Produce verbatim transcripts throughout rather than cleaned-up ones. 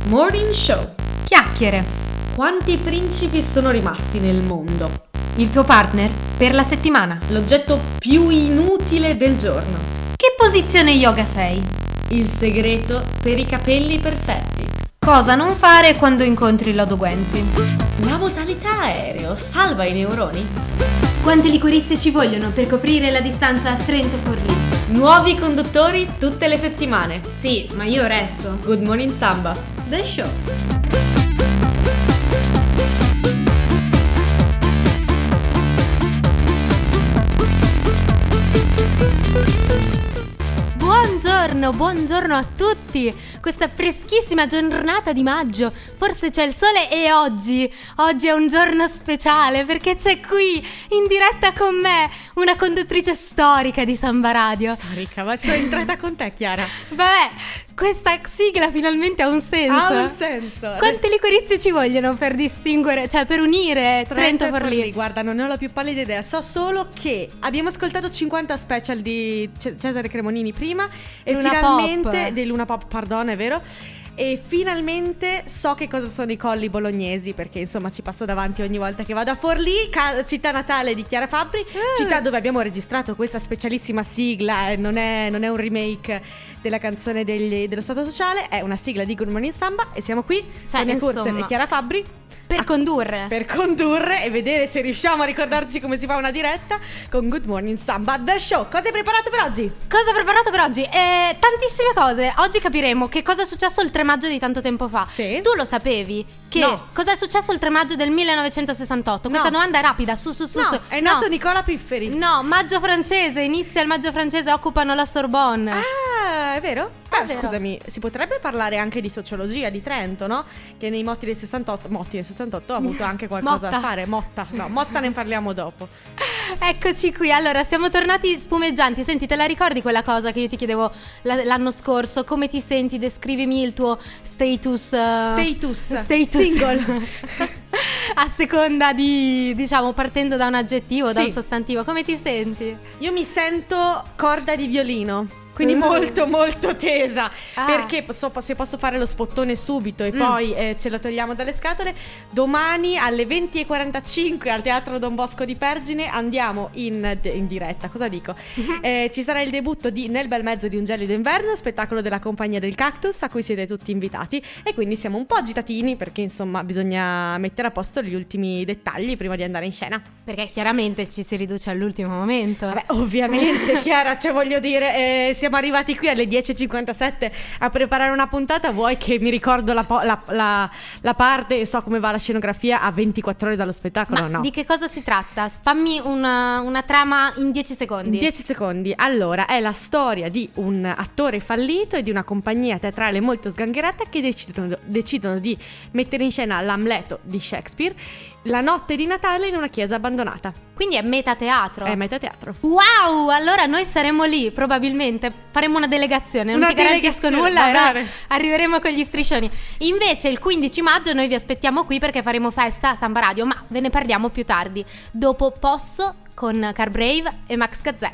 Morning Show. Chiacchiere. Quanti principi sono rimasti nel mondo? Il tuo partner per la settimana. L'oggetto più inutile del giorno. Che posizione yoga sei? Il segreto per i capelli perfetti. Cosa non fare quando incontri Lodo Guenzi? La modalità aereo salva i neuroni. Quante liquirizie ci vogliono per coprire la distanza a Trento-Forlì? Nuovi conduttori tutte le settimane. Sì, ma io resto. Good Morning Samba. The Show. Buongiorno, buongiorno a tutti. Questa freschissima giornata di maggio. Forse c'è il sole e oggi, oggi è un giorno speciale perché c'è qui in diretta con me una conduttrice storica di Samba Radio. Storica, ma sono entrata con te, Chiara. Vabbè, questa sigla finalmente ha un senso. Ha un senso. Quante liquirizie ci vogliono per distinguere, cioè per unire Trento e Forlì? Guarda, non ne ho la più pallida idea. So solo che abbiamo ascoltato cinquanta special di C- Cesare Cremonini prima e Luna finalmente Pop. di Luna Pop, pardon, è vero. E finalmente so che cosa sono i colli bolognesi, perché insomma ci passo davanti ogni volta che vado a Forlì, ca- città natale di Chiara Fabbri, Eh. città dove abbiamo registrato questa specialissima sigla. eh, non, è, non è un remake della canzone degli- dello Stato Sociale, è una sigla di Good Morning Samba e siamo qui, Cioè, Sonia Kurz insomma, e Chiara Fabbri, per condurre. per condurre e vedere se riusciamo a ricordarci come si fa una diretta con Good Morning Samba The Show. Cosa hai preparato per oggi? Cosa ho preparato per oggi? Eh, tantissime cose. Oggi capiremo che cosa è successo il tre maggio di tanto tempo fa. Sì. Tu lo sapevi? Che No. cosa è successo il tre maggio del millenovecentosessantotto? Questa No. domanda è rapida, su su su No, su. è No. nato Nicola Pifferi. No, maggio francese, inizia il maggio francese, occupano la Sorbonne. Ah, è vero? È Ah, vero. scusami, si potrebbe parlare anche di sociologia di Trento, no? Che nei motti del sessantotto, motti del sessantotto ha avuto anche qualcosa Motta. da fare. Motta, no, Motta ne parliamo dopo. Eccoci qui, allora siamo tornati spumeggianti. Senti, te la ricordi quella cosa che io ti chiedevo la- l'anno scorso? Come ti senti? Descrivimi il tuo status eh, Status. Status Single. A seconda di, diciamo, partendo da un aggettivo, da Sì. un sostantivo. Come ti senti? Io mi sento corda di violino. Quindi Uh. molto molto tesa. Ah. Perché posso, se posso fare lo spottone subito e Mm. poi eh, ce lo togliamo dalle scatole. Domani alle venti e quarantacinque al Teatro Don Bosco di Pergine andiamo in, in diretta. Cosa dico? Eh, ci sarà il debutto di Nel bel mezzo di un gelido inverno, spettacolo della Compagnia del Cactus a cui siete tutti invitati. E quindi siamo un po' agitatini perché insomma bisogna mettere a posto gli ultimi dettagli prima di andare in scena. Perché chiaramente ci si riduce all'ultimo momento. Vabbè, ovviamente, Chiara, cioè voglio dire, eh, siamo arrivati qui alle dieci e cinquantasette a preparare una puntata. Vuoi che mi ricordo la, po- la, la, la parte e so come va la scenografia a ventiquattro ore dallo spettacolo? Ma No. di che cosa si tratta? Fammi una, una trama in dieci secondi. dieci secondi. Allora, è la storia di un attore fallito e di una compagnia teatrale molto sgangherata che decidono, decidono di mettere in scena l'Amleto di Shakespeare la notte di Natale in una chiesa abbandonata. Quindi è metateatro. È metateatro. Wow, allora noi saremo lì, probabilmente faremo una delegazione, non Una ti garantisco delegazione, nulla, va era- bene. arriveremo con gli striscioni. Invece il quindici maggio noi vi aspettiamo qui perché faremo festa a Samba Radio, ma ve ne parliamo più tardi, dopo Posso con Car Brave e Max Gazzè.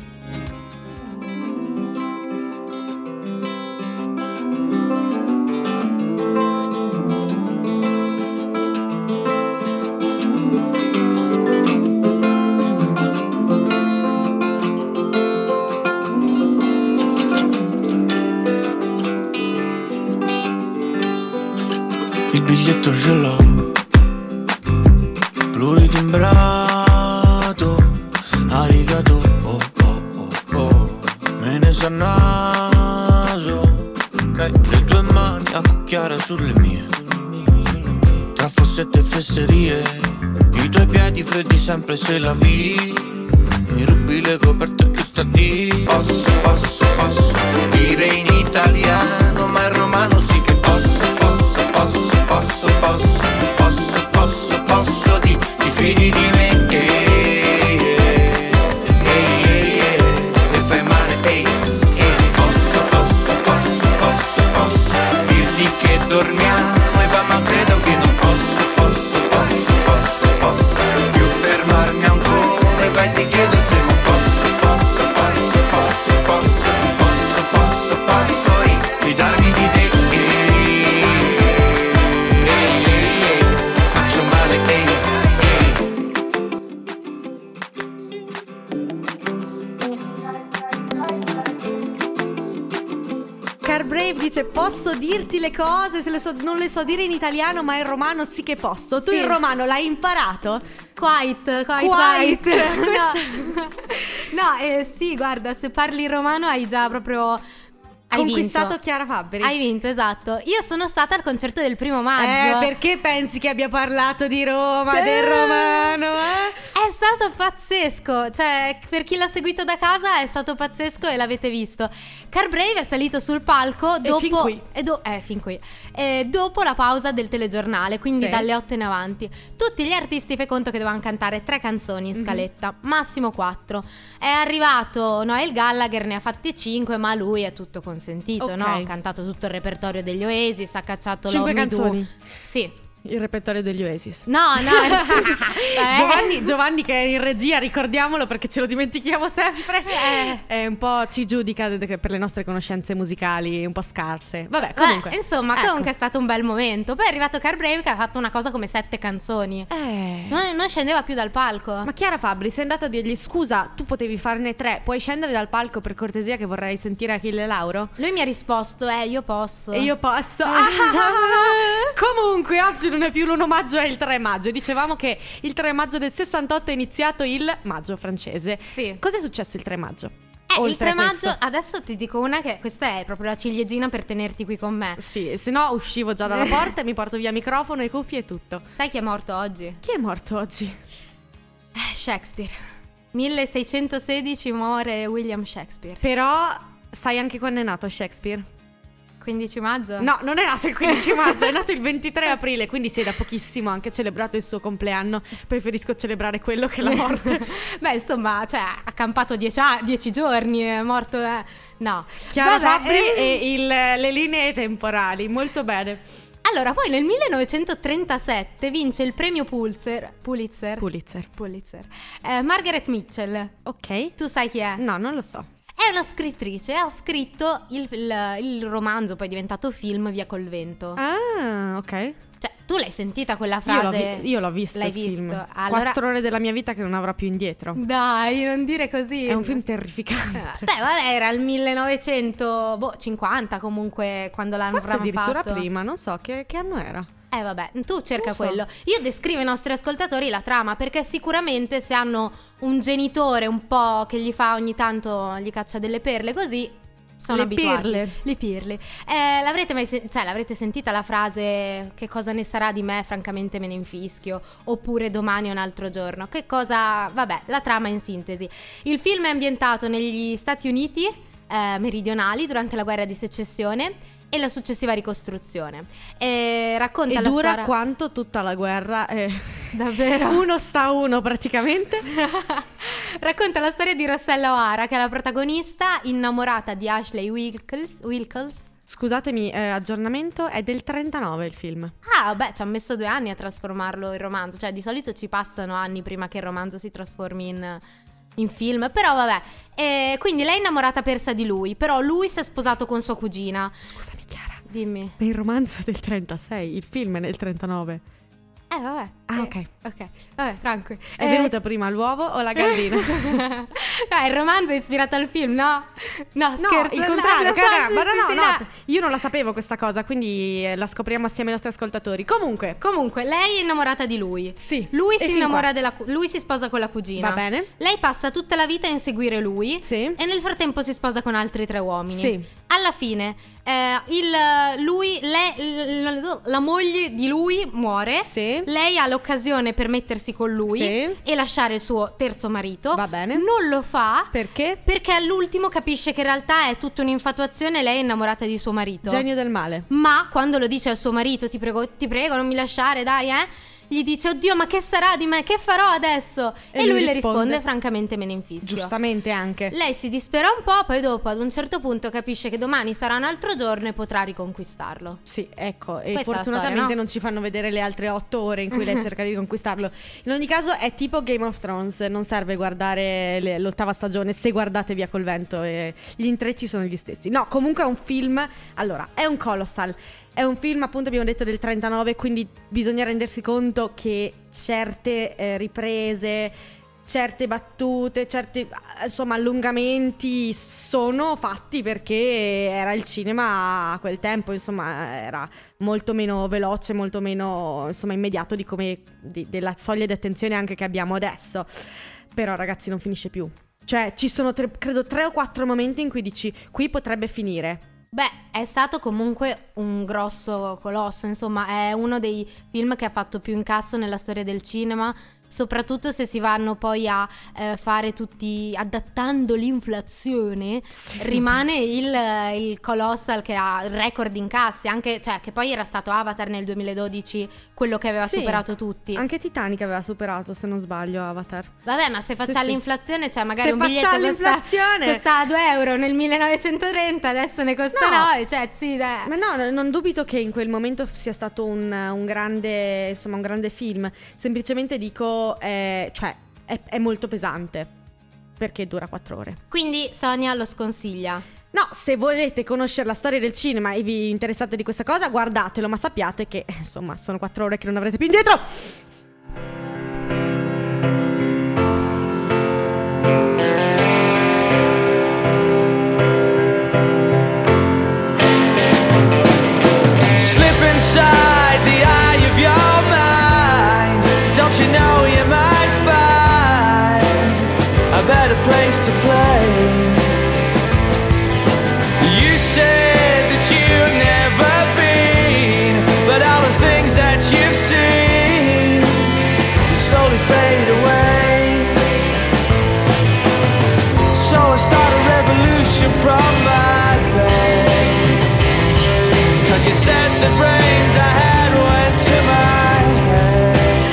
Il biglietto ce l'ho, pluritimbrato, arigato, oh oh oh oh, me ne sono nato, okay. Le tue mani a cucchiare sulle mie, tra fossette e fesserie, i tuoi piedi freddi sempre se la vi, mi rubi le coperte che sta di. Posso, posso, posso dire in italiano, ma in romano sì che posso, posso, posso, posso, posso, posso, posso, posso di, ti fidi di me, eh, eh, eh, eh, e fai male, eh, eh, posso, posso, posso, posso, posso dirti che dormiamo e va, ma credo che non posso, posso, posso, posso, posso più fermarmi ancora e vai, ti chiedo se non posso, posso, posso, posso, posso, posso, posso, posso rifidarmi di te, eh, posso dirti le cose, se le so, non le so dire in italiano, ma in romano sì che posso. Tu Sì. il romano l'hai imparato? Quite, quite, Quite. quite. No, no eh, sì, guarda, se parli il romano hai già proprio... Hai Conquistato vinto. Chiara Fabbri. Hai vinto, esatto. Io sono stata al concerto del primo maggio. Eh, perché pensi che abbia parlato di Roma, del romano, eh? È stato pazzesco. Cioè, per chi l'ha seguito da casa è stato pazzesco e l'avete visto. Carbrave è salito sul palco dopo fin qui. e do- eh, fin qui. E dopo la pausa del telegiornale, quindi Sì. dalle otto in avanti. Tutti gli artisti fai conto che dovevano cantare tre canzoni in scaletta, Mhm. massimo quattro. È arrivato Noel Gallagher, ne ha fatti cinque, ma lui è tutto consentito, Ok. no? Ha cantato tutto il repertorio degli Oasis, ha cacciato Cinque Love Me Do. canzoni. Sì. Il repertorio degli Oasis. No, no, eh. Giovanni, Giovanni che è in regia, ricordiamolo perché ce lo dimentichiamo sempre, Eh. è un po' ci giudica per le nostre conoscenze musicali un po' scarse. Vabbè, Beh, comunque. insomma, Ecco. comunque è stato un bel momento. Poi è arrivato Carbrave che ha fatto una cosa come sette canzoni. Eh. Non, non scendeva più dal palco. Ma Chiara Fabbri, sei andata a dirgli scusa, tu potevi farne tre, puoi scendere dal palco per cortesia che vorrei sentire Achille Lauro? Lui mi ha risposto, eh, io posso. E io posso. Ah! Comunque, oggi non è più l'primo maggio, è il tre maggio. Dicevamo che il tre maggio del sessantotto è iniziato il maggio francese. Sì. Cos'è successo il tre maggio? Eh, il Oltre tre a questo. maggio, adesso ti dico una che questa è proprio la ciliegina per tenerti qui con me. Sì, se no uscivo già dalla porta e mi porto via microfono e cuffie e tutto. Sai chi è morto oggi? Chi è morto oggi? Eh, Shakespeare. milleseicentosedici muore William Shakespeare. Però sai anche quando è nato Shakespeare? quindici maggio? No, non è nato il quindici maggio, è nato il ventitré aprile, quindi sì, da pochissimo ha anche celebrato il suo compleanno. Preferisco celebrare quello che la morte. Beh, insomma, cioè, ha campato dieci, a- dieci giorni, è morto, eh. No. Chiara Vabbè, Fabbri eh. e il- le linee temporali, molto bene. Allora, poi nel millenovecentotrentasette vince il premio Pulitzer Pulitzer Pulitzer. Pulitzer eh, Margaret Mitchell. Ok. Tu sai chi è? No, non lo so. È una scrittrice, ha scritto il, il- il romanzo, poi è diventato film, Via col vento. Ah, ok. Cioè, tu l'hai sentita quella Io l'ho, frase? vi- io l'ho visto L'hai il film. visto? Allora... Quattro ore della mia vita che non avrò più indietro. Dai, non dire così. È un film terrificante. Beh, vabbè, era il millenovecentocinquanta comunque quando l'hanno Forse addirittura fatto. prima, non so che, che anno era. Eh vabbè, tu cerca Non so. quello. Io descrivo ai nostri ascoltatori la trama, perché sicuramente se hanno un genitore un po' che gli fa ogni tanto, gli caccia delle perle così, sono Le abituati. pirle. Le pirle. Eh, l'avrete mai sen- cioè, l'avrete sentita la frase che cosa ne sarà di me, francamente me ne infischio, oppure domani è un altro giorno. Che cosa, vabbè, la trama in sintesi. Il film è ambientato negli Stati Uniti eh, meridionali durante la guerra di secessione e la successiva ricostruzione. E racconta E la dura storia. quanto tutta la guerra. eh, Davvero? Uno sta a uno praticamente. Racconta la storia di Rossella O'Hara, che è la protagonista, innamorata di Ashley Wilkes. Wilkes. Scusatemi, eh, aggiornamento, è del trentanove il film. Ah, beh, ci ha messo due anni a trasformarlo in romanzo. Cioè, di solito ci passano anni prima che il romanzo si trasformi in, in film. Però vabbè. E quindi lei è innamorata persa di lui. Però lui si è sposato con sua cugina. Scusami Chiara, Dimmi. ma il romanzo è del trentasei, il film è del trentanove. Eh, vabbè. Ah, Eh, ok. Ok, vabbè, tranquillo. È venuta prima l'uovo o la gallina? Eh, il romanzo è ispirato al film, no? No, No, scherzo. il no, contrario, lo so, cara, sì, ma no, sì, no, sì, no, io non la sapevo questa cosa, quindi eh, la scopriamo assieme ai nostri ascoltatori. Comunque, Comunque, lei è innamorata di lui. sì. Lui E si fin innamora qua. della cu- lui si sposa con la cugina. Va bene. Lei passa tutta la vita a inseguire lui. Sì. E nel frattempo si sposa con altri tre uomini. Sì. Alla fine, eh, il, lui, lei, l- la moglie di lui muore. Sì. Lei ha l'occasione per mettersi con lui Sì. e lasciare il suo terzo marito. Va bene. Non lo fa. Perché? Perché all'ultimo capisce che in realtà è tutta un'infatuazione. Lei è innamorata di suo marito. Genio del male. Ma quando lo dice al suo marito, ti prego, ti prego, non mi lasciare, dai, eh. Gli dice, oddio, ma che sarà di me? Che farò adesso? E E, lui lui, le risponde, risponde, francamente me ne infischio. Giustamente anche. Lei si dispera un po', poi dopo ad un certo punto capisce che domani sarà un altro giorno e potrà riconquistarlo. Sì, ecco, e Questa è la fortunatamente storia, no? non ci fanno vedere le altre otto ore in cui lei cerca di conquistarlo. In ogni caso è tipo Game of Thrones, non serve guardare le- l'ottava stagione, se guardate Via col vento e gli intrecci sono gli stessi. No, comunque è un film, allora, è un colossal. È un film, appunto, abbiamo detto del trentanove, quindi bisogna rendersi conto che certe eh, riprese, certe battute, certi insomma allungamenti sono fatti perché era il cinema a quel tempo, insomma era molto meno veloce, molto meno insomma immediato di come di, della soglia di attenzione anche che abbiamo adesso. Però ragazzi non finisce più. Cioè ci sono tre, credo tre o quattro momenti in cui dici qui potrebbe finire. Beh, è stato comunque un grosso colosso, insomma è uno dei film che ha fatto più incasso nella storia del cinema, soprattutto se si vanno poi a eh, fare tutti, adattando l'inflazione, sì. rimane rimane il, il Colossal che ha record incassi, anche, cioè che poi era stato Avatar nel duemiladodici quello che aveva sì. superato tutti. Anche Titanic aveva superato, se non sbaglio, Avatar. Vabbè, ma se faccia sì, l'inflazione, sì. cioè magari se un biglietto costa, costa due euro nel millenovecentotrenta, adesso ne costa nove, cioè sì, cioè. Ma no, non dubito che in quel momento sia stato un, un grande, insomma, un grande film. Semplicemente dico Eh, cioè è, è molto pesante perché dura quattro ore. Quindi Sonia lo sconsiglia. No, se volete conoscere la storia del cinema e vi interessate di questa cosa, guardatelo, ma sappiate che insomma sono quattro ore che non avrete più indietro. Slip inside the eye of your mind. Don't you know you might find a better place to play? You said that you've never been, but all the things that you've seen will slowly fade away. So I start a revolution from my bed, 'cause you said the brains I had went to my head.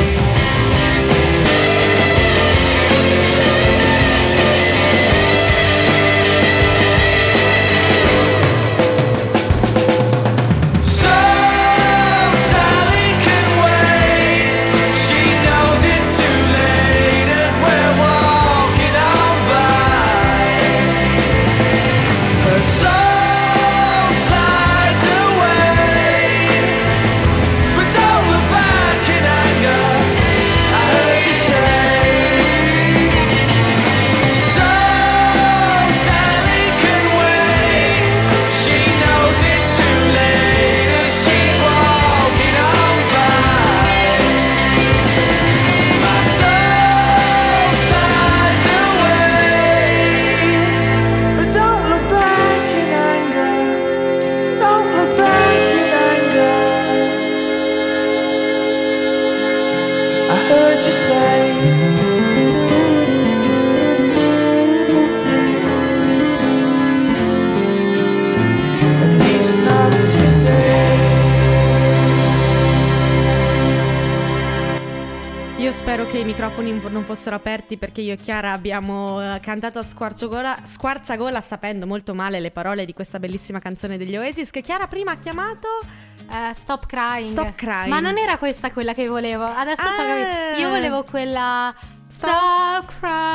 Che i microfoni non fossero aperti perché io e Chiara abbiamo cantato a squarciagola, squarciagola sapendo molto male le parole di questa bellissima canzone degli Oasis che Chiara prima ha chiamato uh, Stop Crying. Stop Crying. Ma non era questa quella che volevo. Adesso ah. ci ho capito. Io volevo quella Stop, Stop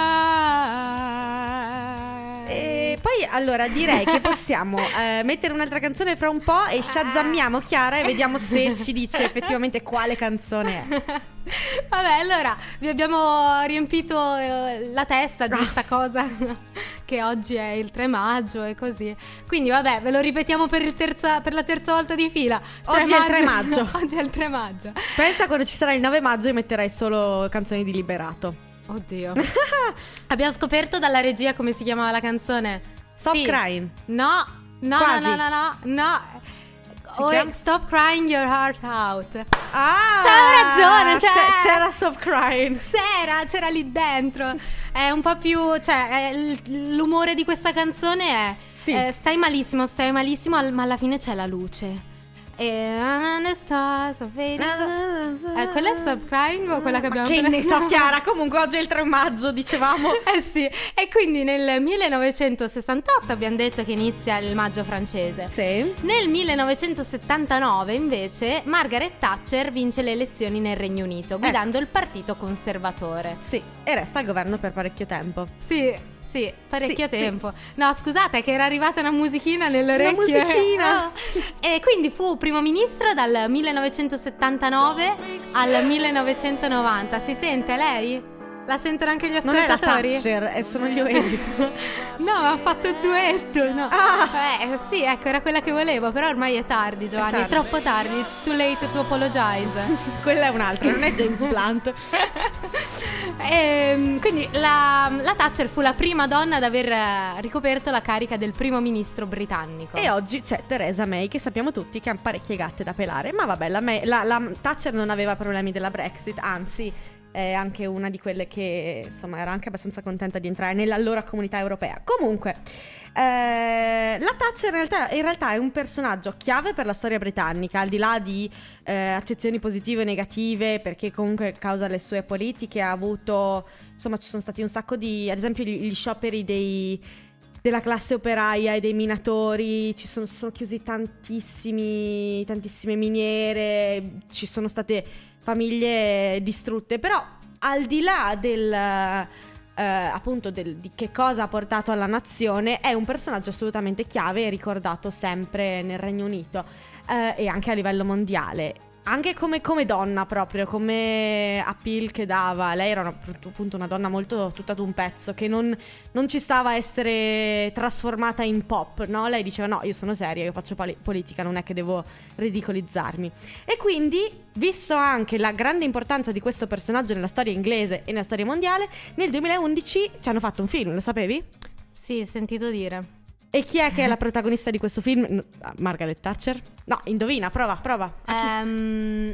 Crying. E poi allora direi che possiamo eh, mettere un'altra canzone fra un po' e shazzammiamo Chiara e vediamo se ci dice effettivamente quale canzone è. Vabbè, allora vi abbiamo riempito eh, la testa di sta cosa che oggi è il tre maggio e così. Quindi vabbè, ve lo ripetiamo per, il terza, per la terza volta di fila. Oggi è il tre maggio. Oggi è il tre maggio. Pensa quando ci sarà il nove maggio e metterai solo canzoni di Liberato. Oddio. Abbiamo scoperto dalla regia come si chiamava la canzone. Stop sì. Crying. No, no, Quasi. no, no, no, no. Oh, chiama? Stop Crying Your Heart Out. Ah, c'avevo ragione, cioè, c'è, c'era Stop Crying. C'era, c'era lì dentro. È un po' più, cioè, è, l'umore di questa canzone è sì. eh, stai malissimo, stai malissimo, ma alla fine c'è la luce. E the stars of eh, quella è Stop Crying o quella che abbiamo Ma che ne so Chiara, comunque oggi è il tre maggio, dicevamo. Eh sì, e quindi nel millenovecentosessantotto abbiamo detto che inizia il maggio francese. Sì. Nel millenovecentosettantanove invece Margaret Thatcher vince le elezioni nel Regno Unito guidando eh. il partito conservatore. Sì, e resta al governo per parecchio tempo. Sì. Sì, parecchio sì, tempo. Sì. No, scusate, che era arrivata una musichina nell'orecchio. Una musichina. Oh. E quindi fu primo ministro dal millenovecentosettantanove al millenovecentonovanta. Si sente lei? La sentono anche gli Non è la ascoltatori? Thatcher, eh, sono gli Oasis. No, ma ha fatto il duetto, no. Ah. Eh, sì, ecco, era quella che volevo, però ormai è tardi, Giovanni, è, tardi. è troppo tardi. It's too late to apologize. Quella è un'altra, non è James Blunt. E, quindi la, la Thatcher fu la prima donna ad aver eh, ricoperto la carica del primo ministro britannico. E oggi c'è Theresa May, che sappiamo tutti che ha parecchie gatte da pelare. Ma vabbè, la, May, la, la Thatcher non aveva problemi della Brexit, anzi è anche una di quelle che insomma era anche abbastanza contenta di entrare nella allora comunità europea. Comunque eh, la Thatcher in realtà, in realtà è un personaggio chiave per la storia britannica, al di là di eh, accezioni positive o negative, perché comunque a causa delle sue politiche ha avuto, insomma ci sono stati un sacco di, ad esempio gli, gli scioperi dei della classe operaia e dei minatori, ci sono, sono chiusi tantissimi tantissime miniere, ci sono state famiglie distrutte, però al di là del eh, appunto del, di che cosa ha portato alla nazione, è un personaggio assolutamente chiave e ricordato sempre nel Regno Unito eh, e anche a livello mondiale. Anche come, come donna proprio, come appeal che dava. Lei era una, appunto una donna molto tutta d'un pezzo, che non, non ci stava a essere trasformata in pop, no? Lei diceva no, io sono seria, io faccio poli- politica, non è che devo ridicolizzarmi. E quindi, visto anche la grande importanza di questo personaggio nella storia inglese e nella storia mondiale, nel duemilaundici ci hanno fatto un film, lo sapevi? Sì, sentito dire. E chi è che è la protagonista di questo film? Margaret Thatcher? No, indovina, prova, prova. Um,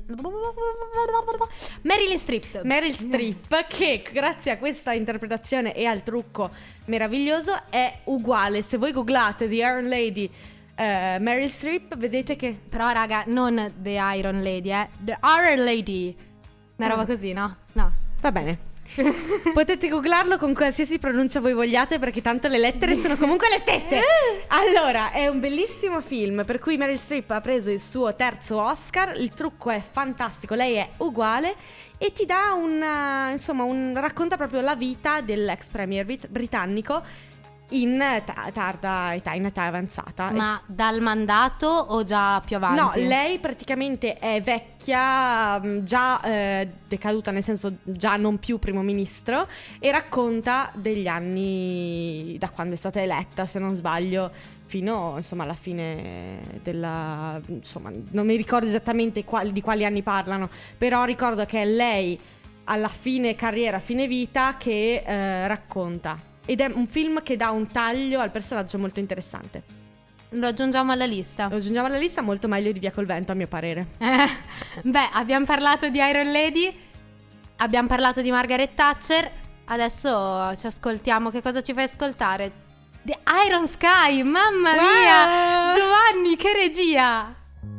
Meryl Streep. Meryl Streep, che grazie a questa interpretazione e al trucco meraviglioso è uguale. Se voi googlate The Iron Lady uh, Meryl Streep, vedete che... Però raga, non The Iron Lady, eh The Iron Lady. Una roba Mm. così, no? No. Va bene. Potete googlarlo con qualsiasi pronuncia voi vogliate, perché tanto le lettere sono comunque le stesse. Allora, è un bellissimo film per cui Meryl Streep ha preso il suo terzo Oscar. Il trucco è fantastico, lei è uguale e ti dà un, insomma, un, racconta proprio la vita dell'ex premier brit- britannico in ta- tarda età, in età avanzata. Ma dal mandato o già più avanti? No, lei praticamente è vecchia, mh, già eh, decaduta, nel senso già non più primo ministro, e racconta degli anni da quando è stata eletta, se non sbaglio, fino insomma alla fine della, insomma non mi ricordo esattamente quali, di quali anni parlano, però ricordo che è lei alla fine carriera, fine vita, che eh, racconta. Ed è un film che dà un taglio al personaggio molto interessante. Lo aggiungiamo alla lista. Lo aggiungiamo alla lista, molto meglio di Via col vento, a mio parere. Eh, beh, abbiamo parlato di Iron Lady, abbiamo parlato di Margaret Thatcher. Adesso ci ascoltiamo. Che cosa ci fai ascoltare? The Iron Sky, mamma Wow! mia! Giovanni, che regia!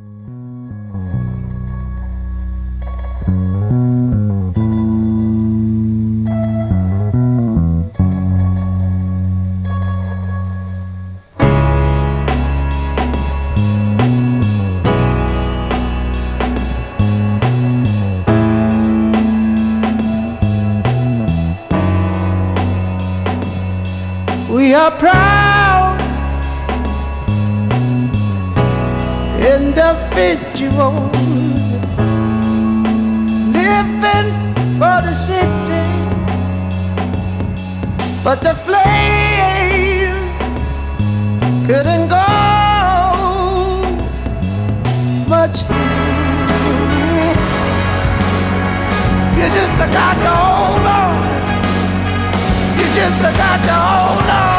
We are proud individuals living for the city, but the flames couldn't go much. You just got to hold on. You just got to hold on.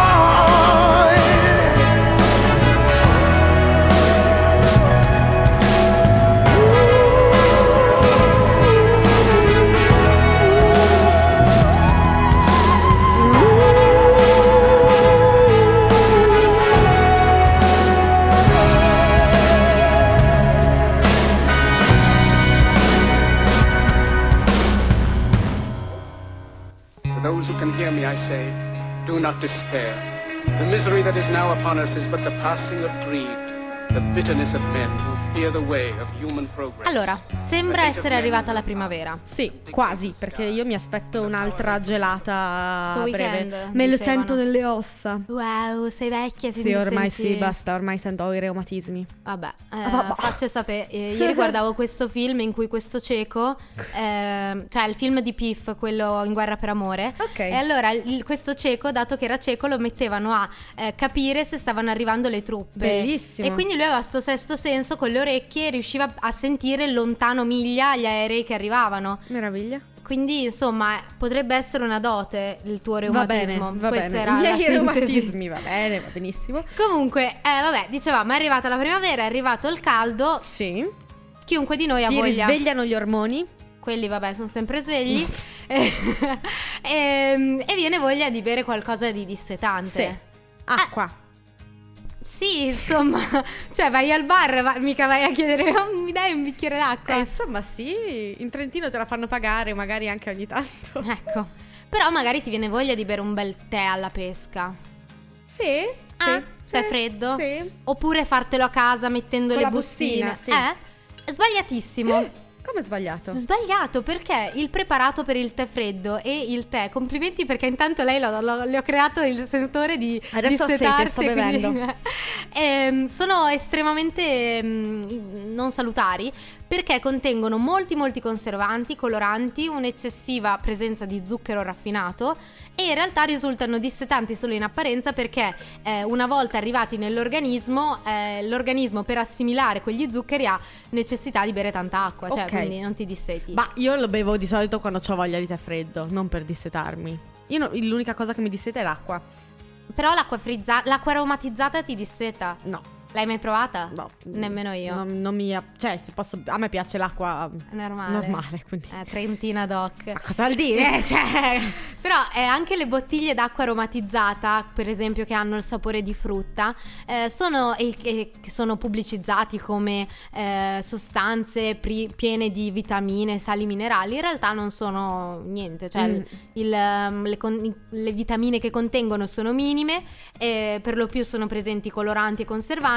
To those who can hear me, I say, do not despair. The misery that is now upon us is but the passing of greed. the bitterness of men who fear the way of human progress. Allora, sembra essere arrivata la primavera. Sì, quasi, perché io mi aspetto un'altra gelata Sto a breve. weekend, Me lo dicevano. sento nelle ossa. Wow, sei vecchia, si Sì, ormai senti- sì, basta, ormai sento ho i reumatismi. Vabbè, eh, Ah, vabbè. faccia sapere. Eh, ieri guardavo questo film in cui questo cieco, eh, cioè il film di Piff, quello In guerra per amore. Ok. E allora il- questo cieco, dato che era cieco, lo mettevano a eh, capire se stavano arrivando le truppe. Bellissimo. E quindi lui aveva sto sesto senso con le orecchie e riusciva a sentire lontano miglia gli aerei che arrivavano. Meraviglia. Quindi insomma potrebbe essere una dote il tuo Va bene, reumatismo. va Questa bene. era I la miei sintesi. reumatismi, va bene, va benissimo. Comunque, eh, vabbè, dicevamo, è arrivata la primavera, è arrivato il caldo. Sì. Chiunque di noi ha Si voglia. risvegliano gli ormoni. Quelli, vabbè, sono sempre svegli. e, e, e viene voglia di bere qualcosa di dissetante. Sì. Acqua. Sì, insomma, cioè vai al bar, va- mica vai a chiedere "Oh, mi dai un bicchiere d'acqua?" Eh, insomma, sì, in Trentino te la fanno pagare, magari anche ogni tanto. Ecco. Però magari ti viene voglia di bere un bel tè alla pesca. Sì, sì. Ah, tè sì, freddo? Sì. Oppure fartelo a casa mettendo Con le la bustine. bustina, sì. Eh? Sbagliatissimo. Come sbagliato? Sbagliato, perché il preparato per il tè freddo e il tè, complimenti perché intanto lei lo, lo- le ho creato il sensore di Adesso ho sete, dissetarsi, sto e quindi- bevendo. Ehm, sono estremamente ehm, non salutari perché contengono molti molti conservanti, coloranti, un'eccessiva presenza di zucchero raffinato e in realtà risultano dissetanti solo in apparenza perché eh, una volta arrivati nell'organismo eh, l'organismo per assimilare quegli zuccheri ha necessità di bere tanta acqua, cioè Ok. quindi non ti disseti. Ma io lo bevo di solito quando ho voglia di tè freddo, non per dissetarmi. Io no- l'unica cosa che mi disseta è l'acqua. Però l'acqua frizza- l'acqua aromatizzata ti disseta. No. L'hai mai provata? No. Nemmeno io. Non, non mi. Cioè, se posso. A me piace l'acqua Normale. normale, quindi. Eh, Trentina doc. Ma cosa vuol dire? Cioè. Però eh, anche le bottiglie d'acqua aromatizzata, per esempio, che hanno il sapore di frutta, eh, sono, e, e che sono pubblicizzati come eh, sostanze pri- piene di vitamine, sali minerali. In realtà non sono niente. Cioè, Mm. il- il, ehm, le, con- le vitamine che contengono sono minime, e per lo più sono presenti coloranti e conservanti.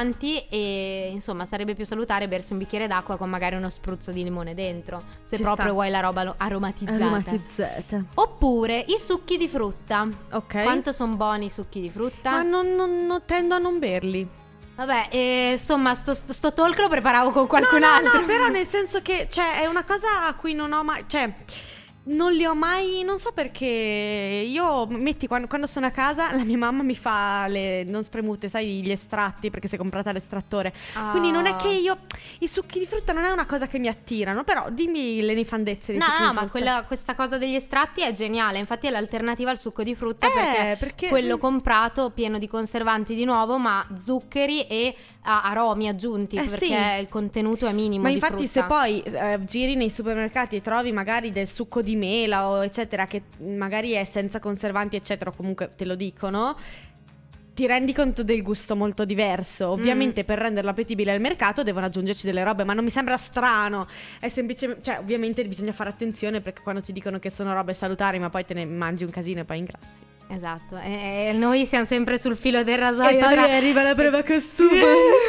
E insomma, sarebbe più salutare bersi un bicchiere d'acqua con magari uno spruzzo di limone dentro, se Ci proprio sta. vuoi la roba lo- aromatizzata. Aromatizzata. Oppure i succhi di frutta. Ok. Quanto sono buoni i succhi di frutta? Ma non, non- non tendo a non berli. Vabbè, eh, insomma, sto, sto, sto talk lo preparavo con qualcun no, no, altro. No, però nel senso che, cioè, è una cosa a cui non ho mai. Cioè. Non li ho mai, non so perché. Io, metti, quando, quando sono a casa, la mia mamma mi fa le non spremute, sai, gli estratti, perché si è comprata l'estrattore. Ah. Quindi non è che io, i succhi di frutta non è una cosa che mi attirano. Però dimmi le nefandezze di No, succhi no, di ma frutta. quella, questa cosa degli estratti è geniale. Infatti è l'alternativa al succo di frutta, Eh, perché, perché- quello comprato pieno di conservanti di nuovo, ma zuccheri e ah, aromi aggiunti, Eh, perché sì. il contenuto è minimo Ma di infatti frutta. se poi eh, giri nei supermercati e trovi magari del succo di mela o eccetera, che magari è senza conservanti eccetera, o comunque te lo dicono, ti rendi conto del gusto molto diverso. Ovviamente per renderlo appetibile al mercato devono aggiungerci delle robe, ma non mi sembra strano. È semplicemente, cioè, ovviamente bisogna fare attenzione, perché quando ti dicono che sono robe salutari ma poi te ne mangi un casino e poi ingrassi. Esatto, e e noi siamo sempre sul filo del rasoio. E poi tra- arriva la prova costume.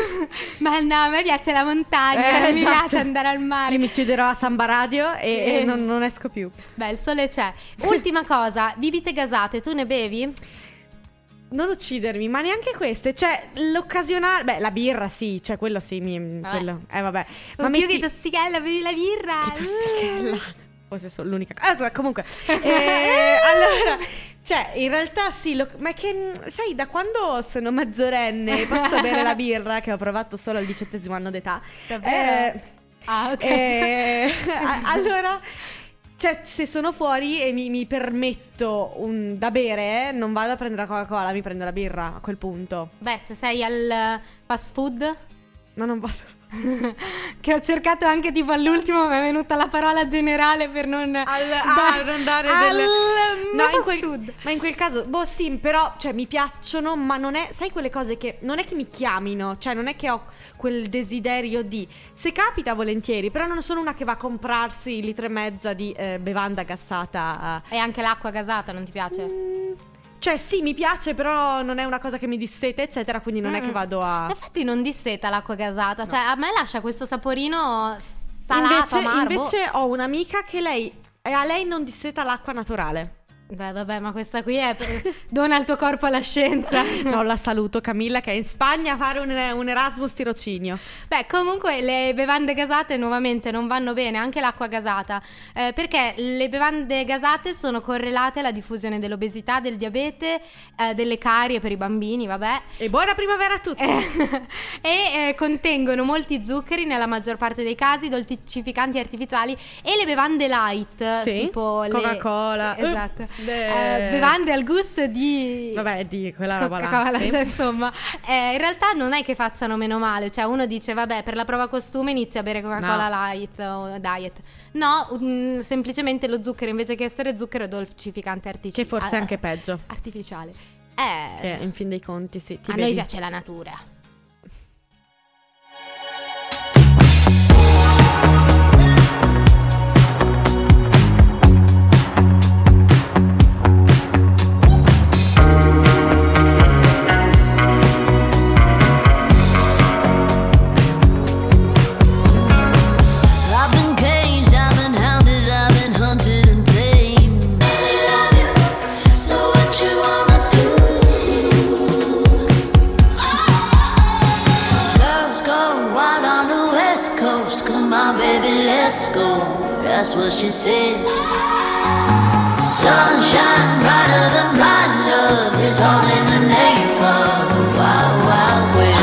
Ma no, a me piace la montagna, Eh, non mi esatto. piace andare al mare. Io mi chiuderò a Samba Radio e, Eh. e non, non esco più. Beh, il sole c'è. Ultima cosa, bibite gasate, tu ne bevi? Non uccidermi, ma neanche queste. Cioè, l'occasionale. Beh, la birra sì, cioè quello sì. Mi, Vabbè. quello. Eh, vabbè. Ma Oddio, metti... che tossichella, bevi la birra. Che tossichella. Forse sono l'unica. Ah, insomma, comunque. Eh, allora, cioè, in realtà sì. Lo... Ma è che, mh, sai, da quando sono maggiorenne posso bere la birra, che ho provato solo al diciottesimo anno d'età. Davvero? Eh, Ah, ok. eh, a- allora. Cioè, se sono fuori e mi, mi permetto un, da bere, eh, non vado a prendere la Coca-Cola, mi prendo la birra a quel punto. Beh, se sei al eh, fast food, No, non vado. che ho cercato anche tipo all'ultimo, mi è venuta la parola generale per non Al, da- ah, non dare al- delle... No, in fast quel, food. ma in quel caso, boh sì, però, cioè, mi piacciono, ma non è, sai quelle cose che, non è che mi chiamino, cioè, non è che ho quel desiderio di, se capita volentieri, però non sono una che va a comprarsi litro e mezza di eh, bevanda gassata. E anche l'acqua gasata non ti piace? Mm, Cioè sì, mi piace, però non è una cosa che mi disseta, eccetera, quindi non Mm. è che vado a... Infatti non disseta l'acqua gasata, cioè a me lascia questo saporino salato, Invece, amaro. boh. invece ho un'amica che lei, a lei non disseta l'acqua naturale. Beh, vabbè, ma questa qui è per- dona il tuo corpo alla scienza. No, la saluto, Camilla, che è in Spagna a fare un, un Erasmus tirocinio. Beh, comunque le bevande gasate nuovamente non vanno bene, anche l'acqua gasata, eh, perché le bevande gasate sono correlate alla diffusione dell'obesità, del diabete, eh, delle carie per i bambini, vabbè. E buona primavera a tutti! e eh, contengono molti zuccheri nella maggior parte dei casi, dolcificanti artificiali, e le bevande light, Sì, tipo le- Coca-Cola. esatto. Eh, Eh, bevande al gusto di Vabbè, di quella roba là, Coca-Cola, sì. cioè, insomma, eh, in realtà non è che facciano meno male, cioè uno dice vabbè, per la prova costume inizia a bere Coca-Cola No. light o diet. No, mm, semplicemente lo zucchero invece che essere zucchero è dolcificante artifici- Che forse è ah, anche peggio. artificiale. Eh, Che in fin dei conti, sì, ti a vedi. noi piace la natura. I've been caged, I've been hounded, I've been hunted and tamed. I love you, so what you wanna do? Girls go wild on the west coast, come on baby, let's go. That's what she said. Sunshine brighter than blind love is all in the name of the wild, wild west.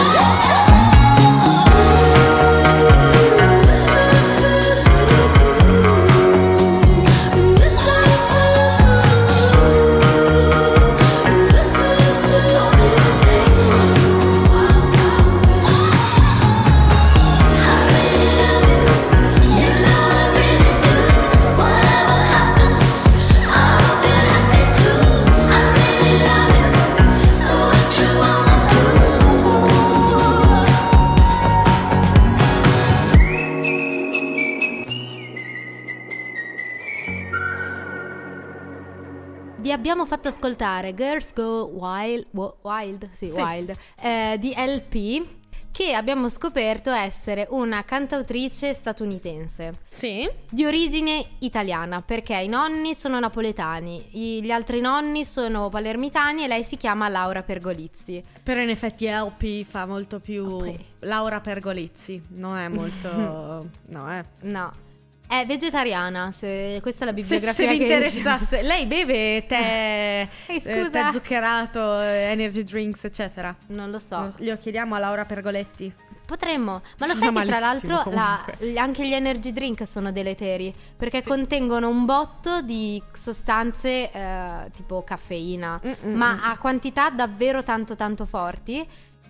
Vi abbiamo fatto ascoltare Girls Go Wild, wo- Wild, sì, Sì. Wild, eh, di L P, che abbiamo scoperto essere una cantautrice statunitense Sì. di origine italiana, perché i nonni sono napoletani, i- gli altri nonni sono palermitani e lei si chiama Laura Pergolizzi. Però in effetti L P fa molto più Ok. Laura Pergolizzi. Non è molto... no, eh. No, è vegetariana, se questa è la Se, bibliografia se vi che interessasse, lei beve tè, Eh, eh, scusa. tè zuccherato, eh, energy drinks, eccetera. non lo so. Glielo chiediamo a Laura Pergoletti. Potremmo, ma lo Suona sai che tra malissimo, l'altro la- comunque. anche gli energy drink sono deleteri, perché Sì. contengono un botto di sostanze eh, tipo caffeina, Mm, mm, ma mm. a quantità davvero tanto tanto forti.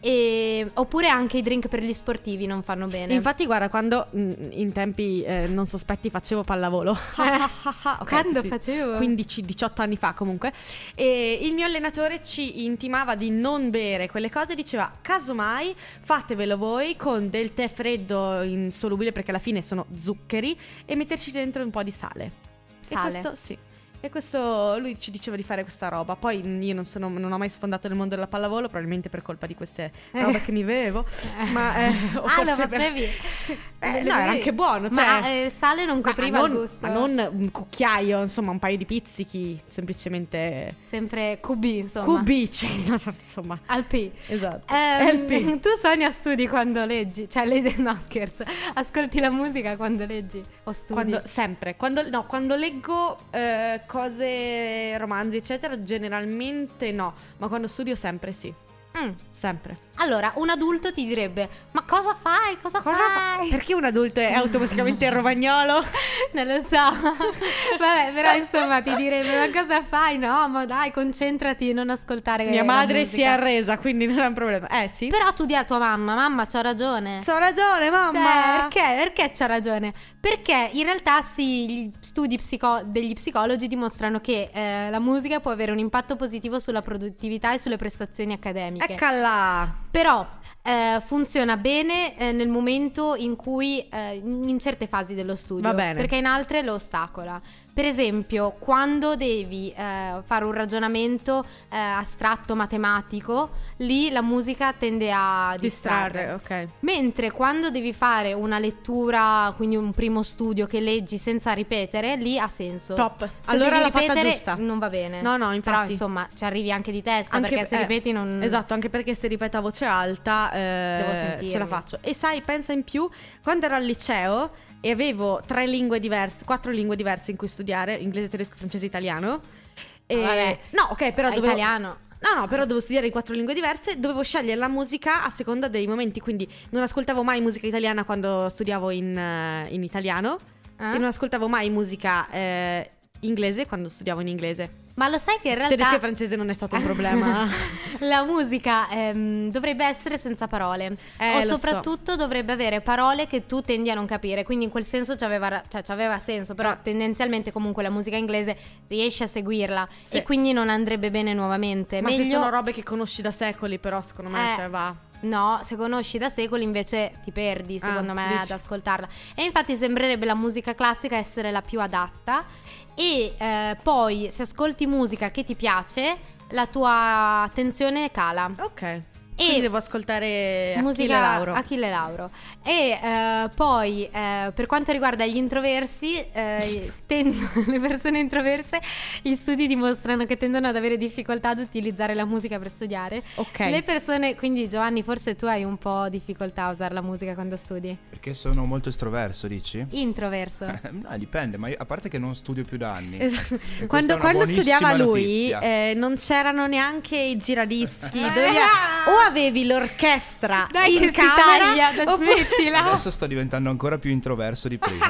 E, oppure anche i drink per gli sportivi non fanno bene. Infatti, guarda, quando mm, in tempi eh, non sospetti facevo pallavolo. Ok, Quando quindi facevo? quindici diciotto anni fa comunque. E il mio allenatore ci intimava di non bere quelle cose. Diceva, casomai fatevelo voi con del tè freddo insolubile, perché alla fine sono zuccheri, e metterci dentro un po' di sale. Sale. E questo sì. E questo lui ci diceva di fare questa roba. Poi io non sono non ho mai sfondato nel mondo della pallavolo, probabilmente per colpa di queste robe che mi bevevo. Ma eh, o Ah, lo forse per- facevi? Eh, no, era anche buono, cioè- Ma eh, il sale non Ma copriva non, il gusto. ma non un cucchiaio, insomma, un paio di pizzichi, semplicemente Sempre Q B, insomma. Q B, cioè, insomma. Al P. Esatto. Ehm, L P. Tu, Sonia, studi quando leggi? Cioè, le- no, scherzo. Ascolti la musica quando leggi o studi? Quando, sempre, quando, no, quando leggo eh, cose, romanzi, eccetera, generalmente no, ma quando studio sempre sì, Mm. sempre. Allora, un adulto ti direbbe: ma cosa fai? Cosa, Cosa fa- fai? Perché un adulto è automaticamente il romagnolo? Non lo so. Vabbè, però insomma ti direbbe: ma cosa fai? No, ma dai, concentrati e non ascoltare Mia la madre musica. si è arresa, quindi non è un problema. Eh sì. Però tu di a tua mamma: mamma, c'ho ragione. C'ho ragione, mamma. Cioè, perché? Perché c'ha ragione? Perché in realtà sì, gli studi psico- degli psicologi dimostrano che eh, la musica può avere un impatto positivo sulla produttività e sulle prestazioni accademiche. Eccola. Però eh, funziona bene eh, nel momento in cui eh, in in certe fasi dello studio, Va bene. perché in altre lo ostacola. Per esempio, quando devi eh, fare un ragionamento eh, astratto matematico, lì la musica tende a distrarre. Distrarre, ok. Mentre quando devi fare una lettura, quindi un primo studio che leggi senza ripetere, lì ha senso. Top. Se Allora devi l'ha fatta ripetere, giusta. non va bene. No, no, Però infatti. insomma ci arrivi anche di testa, Anche perché se eh, ripeti non... Esatto, anche perché se ripeto a voce alta eh, Devo sentirmi. ce la faccio. E sai, pensa in più, quando ero al liceo e avevo tre lingue diverse, quattro lingue diverse in cui studiare, inglese, tedesco, francese, italiano. E... Ah, vabbè. No, ok, però Ah, dovevo... italiano. No, no, però dovevo studiare in quattro lingue diverse, dovevo scegliere la musica a seconda dei momenti, quindi non ascoltavo mai musica italiana quando studiavo in, eh, in italiano Eh? e non ascoltavo mai musica eh, inglese quando studiavo in inglese. Ma lo sai che in realtà Tedesco e francese non è stato un problema. la musica ehm, dovrebbe essere senza parole, Eh, o lo so. soprattutto dovrebbe avere parole che tu tendi a non capire, quindi in quel senso c'aveva, ra- cioè, c'aveva senso, però tendenzialmente comunque la musica inglese riesci a seguirla Sì. e quindi non andrebbe bene nuovamente. Ma se Meglio sono robe che conosci da secoli, però secondo me Eh, cioè, va. No, se conosci da secoli invece ti perdi, secondo Ah, me, dici. ad ascoltarla. E infatti sembrerebbe la musica classica essere la più adatta. E eh, poi se ascolti musica che ti piace, la tua attenzione cala. Ok. Quindi devo ascoltare musica Achille Lauro. Achille Lauro. E eh, poi eh, per quanto riguarda gli introversi, eh, tendono- le persone introverse, gli studi dimostrano che tendono ad avere difficoltà ad utilizzare la musica per studiare. Ok. Le persone, quindi Giovanni, forse tu hai un po' difficoltà a usare la musica quando studi. Perché sono molto estroverso, dici? Introverso. No, dipende, ma io, a parte che non studio più da anni. Esatto. E questa è Quando, una quando buonissima studiava lui notizia. eh, non c'erano neanche i giradischi. dovevi- o avevi l'orchestra Dai in che si camera, taglia, da oppure- smettila. Adesso sto diventando ancora più introverso di prima.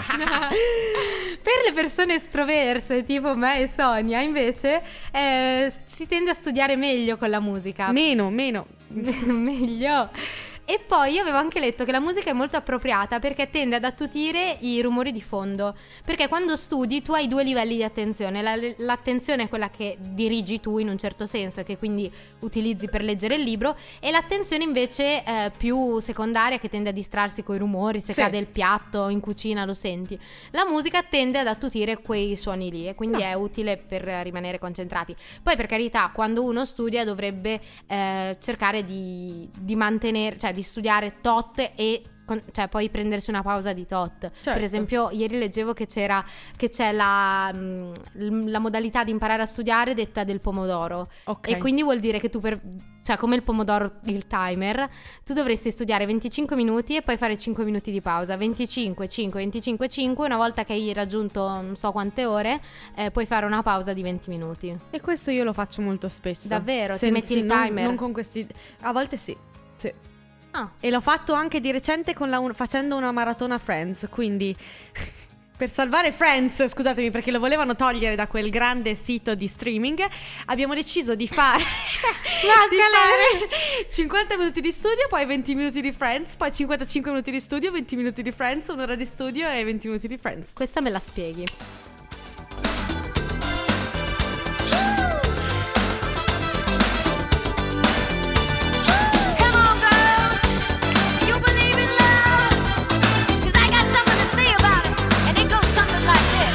Per le persone estroverse tipo me e Sonia invece eh, si tende a studiare meglio con la musica. Meno, meno. Meglio. E poi io avevo anche letto che la musica è molto appropriata perché tende ad attutire i rumori di fondo. Perché quando studi tu hai due livelli di attenzione. La- l'attenzione è quella che dirigi tu in un certo senso e che quindi utilizzi per leggere il libro. E l'attenzione invece eh, più secondaria che tende a distrarsi coi rumori. Se Sì. cade il piatto in cucina lo senti. La musica tende ad attutire quei suoni lì e quindi è utile per rimanere concentrati. Poi per carità, quando uno studia dovrebbe eh, cercare di, di mantenere, cioè di studiare tot e con- cioè poi prendersi una pausa di tot. Certo. Per esempio ieri leggevo che c'era che c'è la, mh, la modalità di imparare a studiare detta del pomodoro. Ok. E quindi vuol dire che tu per cioè come il pomodoro, il timer, tu dovresti studiare venticinque minuti e poi fare cinque minuti di pausa, venticinque, cinque, venticinque, cinque. Una volta che hai raggiunto non so quante ore eh, puoi fare una pausa di venti minuti. E questo io lo faccio molto spesso. Davvero? Ti Sen- metti sì, il non- timer? Non con questi. A volte sì. Sì. Ah, E l'ho fatto anche di recente con la un- facendo una maratona Friends, quindi per salvare Friends, scusatemi perché lo volevano togliere da quel grande sito di streaming, abbiamo deciso di fare, di fare cinquanta minuti di studio, poi venti minuti di Friends, poi cinquantacinque minuti di studio, venti minuti di Friends, un'ora di studio e venti minuti di Friends. questa me la spieghi. Come on, girls, you believe in love? 'Cause I got something to say about it, and it goes something like this.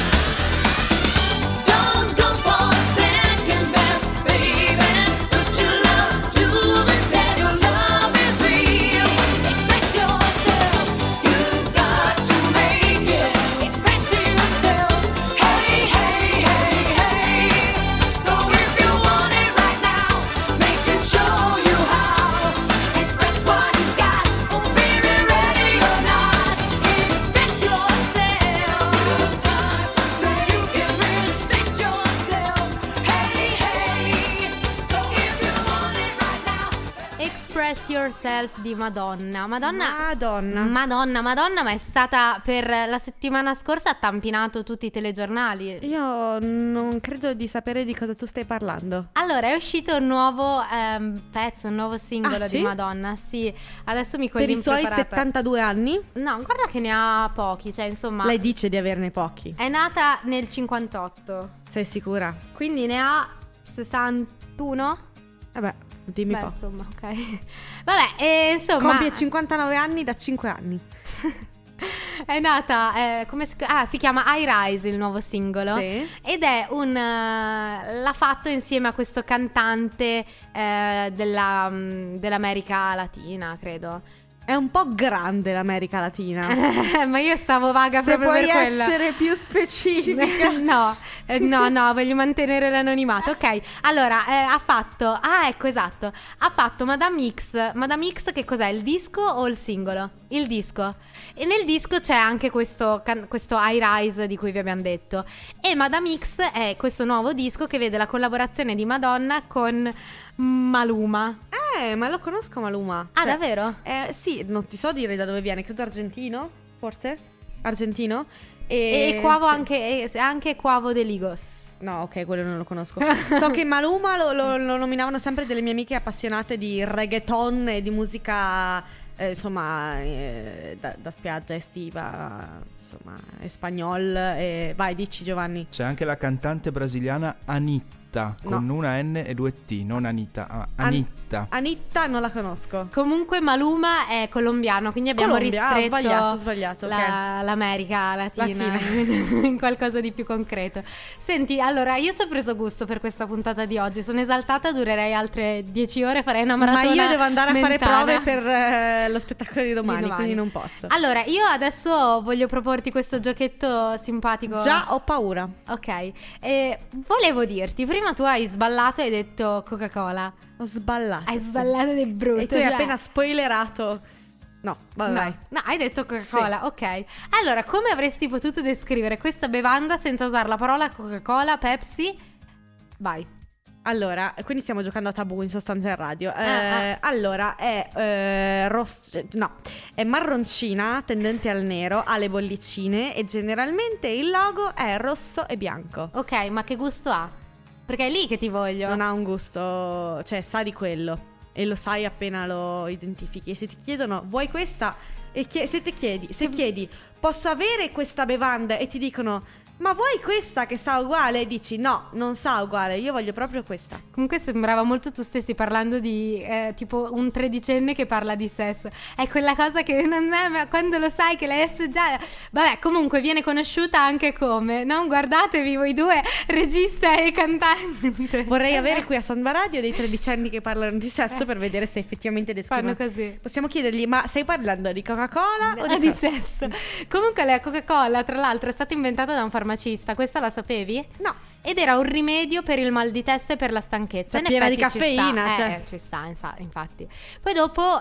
Don't go for second best, baby. Put your love to the test. Your love is real. Express yourself. You've got to make it. Express yourself. Hey, hey, hey, hey. So if you want it right now, make it show you how. Express what he's got. Oh, baby, ready or not. Express yourself. So you can respect yourself. Hey, hey. So if you want it right now. Express Yourself di Madonna. Madonna. Madonna. Madonna, Madonna, ma è stata per la settimana scorsa ha tampinato tutti i telegiornali. Io non credo di sapere di cosa tu stai parlando. Allora, è uscito un nuovo ehm, pezzo, un nuovo singolo Ah, sì? di Madonna. Sì, adesso mi cogli Per i suoi impreparata. settantadue anni? No, guarda che ne ha pochi, cioè insomma Lei dice di averne pochi. è nata nel cinquantotto, Sei sicura? quindi ne ha sessantuno. Vabbè. Dimmi Beh, po'. insomma, ok. Vabbè, e insomma. Compie cinquantanove anni da cinque anni. È nata, eh, come si, ah, si chiama I Rise il nuovo singolo. Sì. Ed è un eh, l'ha fatto insieme a questo cantante eh, della, mm, dell'America Latina, credo. È un po' grande l'America Latina. Ma io stavo vaga Se proprio puoi per quello. essere più specifica. No, eh, no, no, voglio mantenere l'anonimato. Ok, allora eh, ha fatto. Ah, ecco, esatto. Ha fatto Madame X. Madame X, che cos'è? Il disco o il singolo? Il disco. E nel disco c'è anche questo, can- questo I Rise di cui vi abbiamo detto. E Madame X è questo nuovo disco che vede la collaborazione di Madonna con Maluma. Eh, ma lo conosco Maluma. Ah, Cioè, davvero? Eh, sì, non ti so dire da dove viene, credo argentino, forse? Argentino. E, E Quavo sì. anche, e anche Quavo de Ligos. No, ok, quello non lo conosco. So che Maluma lo, lo- lo nominavano sempre delle mie amiche appassionate di reggaeton e di musica, eh, insomma, eh, da, da spiaggia estiva, insomma, e spagnol. E... Vai, dici Giovanni. C'è anche la cantante brasiliana Anitta, con No. una N e due T, non Anita, ah, An- Anitta. Anitta non la conosco. Comunque Maluma è colombiano, quindi abbiamo Colombia, ah, ho ristretto sbagliato, ho sbagliato, la- l'America Latina, Latina. in qualcosa di più concreto. Senti, allora io ci ho preso gusto per questa puntata di oggi, sono esaltata, durerei altre dieci ore, farei una Ma maratona io devo andare a fare mentana. prove per eh, lo spettacolo di domani, Di domani. quindi non posso. Allora, io adesso voglio proporti questo giochetto simpatico. Già ho paura. Ok, e volevo dirti, prima tu hai sballato e hai detto Coca-Cola. Ho sballato. Hai sì. sballato di brutto. E tu hai cioè- appena spoilerato. No, vai, No, vai. no, hai detto Coca-Cola, ok. Allora, come avresti potuto descrivere questa bevanda senza usare la parola Coca-Cola, Pepsi? Vai. Allora, quindi stiamo giocando a tabù in sostanza in radio. Eh, Ah, Allora, è eh, ross- cioè, no, è marroncina, tendente al nero, ha le bollicine e generalmente il logo è rosso e bianco. Ok, ma che gusto ha? Perché è lì che ti voglio. Non ha un gusto, cioè sa di quello e lo sai appena lo identifichi. E se ti chiedono vuoi questa e chie- se ti chiedi, se chiedi posso avere questa bevanda e ti dicono ma vuoi questa che sa uguale? E dici no, non sa uguale, io voglio proprio questa. Comunque sembrava molto tu stessi parlando di eh, tipo un tredicenne che parla di sesso. È quella cosa che non è, ma quando lo sai che l'hai assaggiata. Vabbè, comunque viene conosciuta anche come, no? Guardatevi voi due, regista e cantante. Vorrei avere qui a Samba Radio dei tredicenni che parlano di sesso per vedere se effettivamente descrivono. Fanno così. Possiamo chiedergli ma stai parlando di Coca-Cola o Ah, di, di sesso. Comunque la Coca-Cola, tra l'altro, è stata inventata da un farmacista. Questa la sapevi? No. Ed era un rimedio per il mal di testa e per la stanchezza. È In piena di effetti ci caffeina, sta, cioè. eh, eh, ci sta, insa- infatti. Poi dopo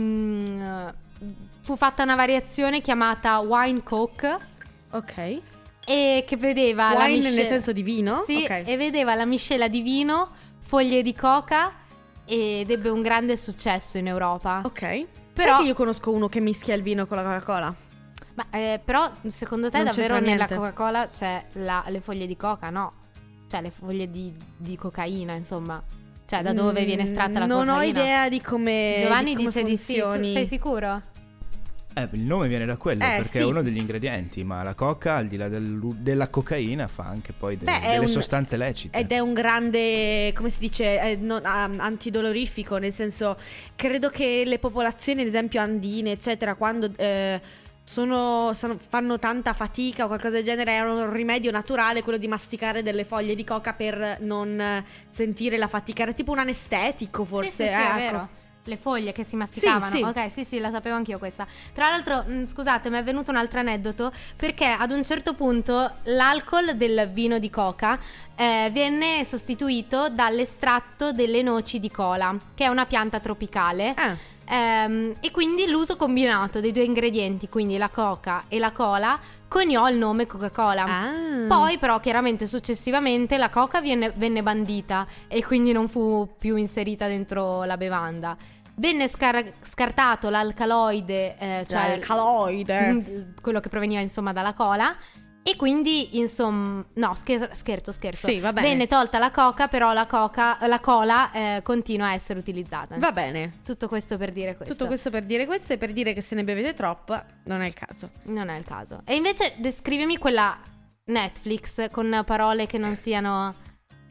ehm, fu fatta una variazione chiamata Wine Coke Ok. e che vedeva la Wine misce- nel senso di vino? Sì, Ok. e vedeva la miscela di vino, foglie di coca ed ebbe un grande successo in Europa. Ok. Però- Sai che io conosco uno che mischia il vino con la Coca-Cola? Ma eh, però secondo te Non davvero c'entra nella niente. Coca-Cola c'è la- le foglie di coca? No, cioè le foglie di, di cocaina, insomma. Cioè da dove viene estratta la non cocaina? ho idea di come Giovanni di come dice funzioni. di sì, tu sei sicuro? Eh, il nome viene da quello, Eh, perché sì. è uno degli ingredienti, ma la coca, al di là del- della cocaina, fa anche poi de- Beh, è delle un- sostanze lecite. Ed è un grande, come si dice, eh, non- ah, antidolorifico, nel senso, credo che le popolazioni, ad esempio andine, eccetera, quando eh, sono, sono- fanno tanta fatica o qualcosa del genere, è un rimedio naturale quello di masticare delle foglie di coca per non eh, sentire la fatica. Era tipo un anestetico, forse. Sì, sì, sì, eh, è ecco. vero. Le foglie che si masticavano. sì. Ok, sì, sì, la sapevo anch'io questa. Tra l'altro, mh, scusate, mi è venuto un altro aneddoto perché ad un certo punto l'alcol del vino di coca eh, venne sostituito dall'estratto delle noci di cola, che è una pianta tropicale. Ah. Ehm, e quindi l'uso combinato dei due ingredienti, quindi la coca e la cola, coniò il nome Coca-Cola. Ah. Poi però chiaramente successivamente la coca viene- venne bandita e quindi non fu più inserita dentro la bevanda. Venne scar- scartato l'alcaloide, eh, cioè L'alcaloide. quello che proveniva insomma dalla cola. E quindi, insomma, no, scher- scherzo, scherzo. Sì, va bene. Venne tolta la coca, però la coca, la cola eh, continua a essere utilizzata. Va bene. Tutto questo per dire questo. Tutto questo per dire questo e per dire che se ne bevete troppo non è il caso. Non è il caso. E invece descrivimi quella Netflix con parole che non siano...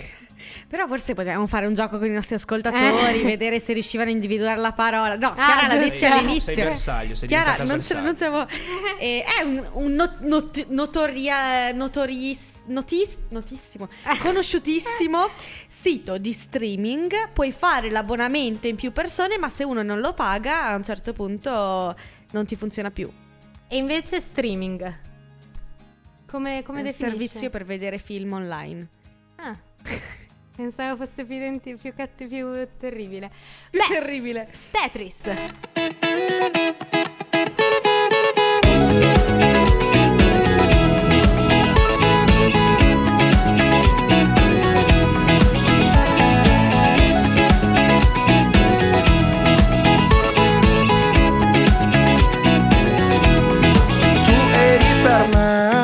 Però forse potevamo fare un gioco con i nostri ascoltatori, Eh. vedere se riuscivano a individuare la parola. No, Ah, Chiara l'ha giusto. detto all'inizio. Sei bersaglio, sei Chiara, diventata non, ce, bersaglio. non siamo. eh, è un, un not- not- notoria, notoris- notis- notissimo, conosciutissimo sito di streaming. Puoi fare l'abbonamento in più persone, ma se uno non lo paga, a un certo punto non ti funziona più. E invece streaming. Come, come È un definisce? servizio per vedere film online. Ah. Pensavo fosse più, identi- più, catt- più terribile. Più Beh, terribile. Tetris. Tu eri per me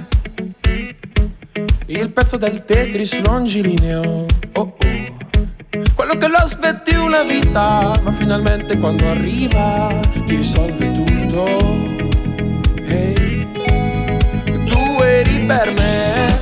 il pezzo del Tetris longilineo, oh oh. Quello che lo aspetti una vita, ma finalmente quando arriva ti risolve tutto. Hey. Tu eri per me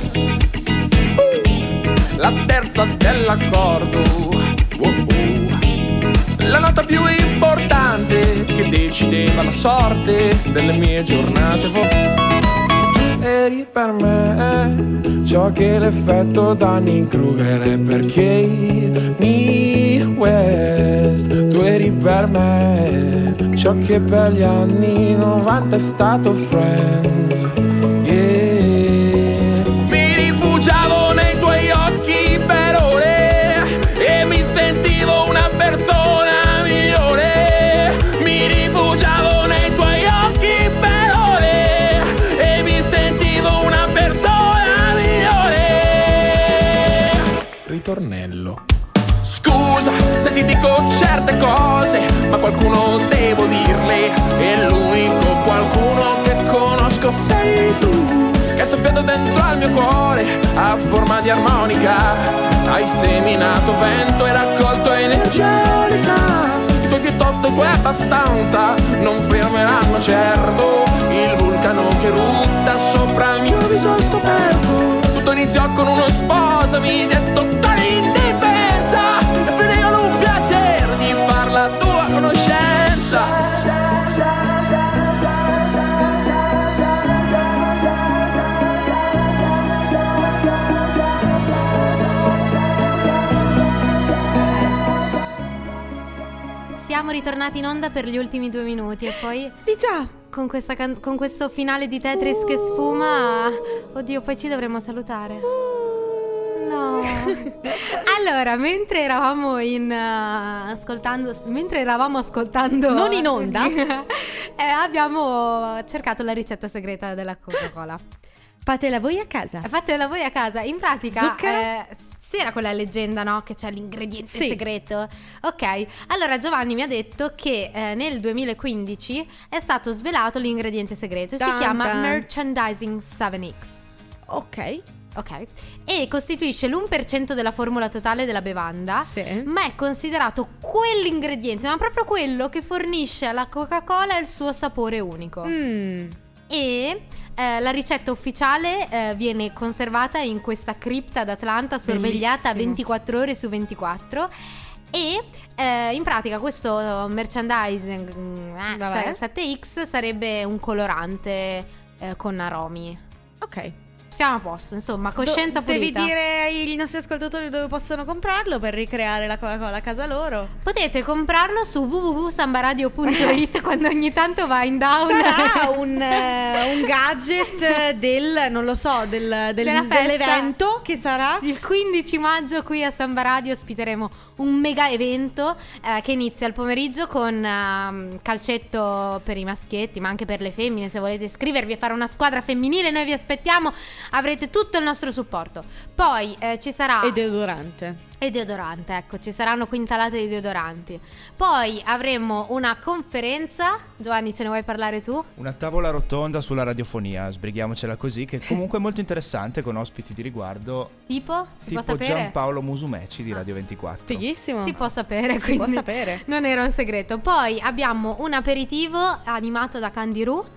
uh, la terza dell'accordo, oh oh. La nota più importante che decideva la sorte delle mie giornate. Tu eri per me ciò che l'effetto Dunning-Kruger è per Kanye West. Tu eri per me ciò che per gli anni novanta è stato Friends. Yeah. Mi rifugiavo nei tuoi occhi per ore e mi sentivo una persona migliore. Mi rifugiavo nei tuoi occhi per ore e mi sentivo una persona migliore. Ritornello. Scusa se ti dico certe cose, ma qualcuno devo dirle, e l'unico qualcuno che conosco sei tu, che hai soffiato dentro al mio cuore a forma di armonica. Hai seminato vento e raccolto energia eolica. I tuoi piuttosto e poi abbastanza non fermeranno certo il vulcano che rutta sopra il mio viso scoperto. Tutto iniziò con uno sposami detto dall'indifferenza, e finì con un piacere di far la tua conoscenza. Siamo ritornati in onda per gli ultimi due minuti e poi Di già. con, questa can- con questo finale di Tetris che sfuma. Oddio, poi ci dovremmo salutare. No. Allora, mentre eravamo in uh, ascoltando mentre eravamo ascoltando Non in onda. eh, abbiamo cercato la ricetta segreta della Coca-Cola. Fatela voi a casa. Fatela voi a casa. In pratica Zucchero? eh, c'era quella leggenda, no? Che c'è l'ingrediente Sì. segreto. Ok, allora Giovanni mi ha detto che eh, nel duemilaquindici è stato svelato l'ingrediente segreto. Tan Si chiama tan. Merchandising sette X. Ok. Ok, e costituisce l'uno per cento della formula totale della bevanda, Sì. ma è considerato quell'ingrediente, ma proprio quello che fornisce alla Coca-Cola il suo sapore unico. Mm. E eh, la ricetta ufficiale eh, viene conservata in questa cripta d'Atlanta, sorvegliata Bellissimo. ventiquattro ore su ventiquattro. E eh, in pratica questo merchandising eh, Vabbè. sette X sarebbe un colorante eh, con aromi. Ok. Siamo a posto, insomma, coscienza Do- Devi pulita. dire ai nostri ascoltatori dove possono comprarlo per ricreare la Coca-Cola a casa loro. Potete comprarlo su w w w punto sambaradio punto it quando ogni tanto va in down. Sarà un, eh, un gadget del, non lo so, del, del- Della festa. dell'evento che sarà. Il quindici maggio qui a Samba Radio ospiteremo un mega evento eh, che inizia il pomeriggio con ehm, calcetto per i maschietti, ma anche per le femmine. Se volete iscrivervi e fare una squadra femminile, noi vi aspettiamo, avrete tutto il nostro supporto. Poi eh, ci sarà E deodorante. e deodorante, ecco, ci saranno quintalate di deodoranti. Poi avremo una conferenza. Giovanni, ce ne vuoi parlare tu? Una tavola rotonda sulla radiofonia, sbrighiamocela così, che comunque è molto interessante, con ospiti di riguardo Tipo? Si tipo può sapere? Giampaolo Musumeci di Radio ventiquattro. Fighissimo. Si può sapere, Si può quindi sapere. non era un segreto. Poi abbiamo un aperitivo animato da Candy Roo,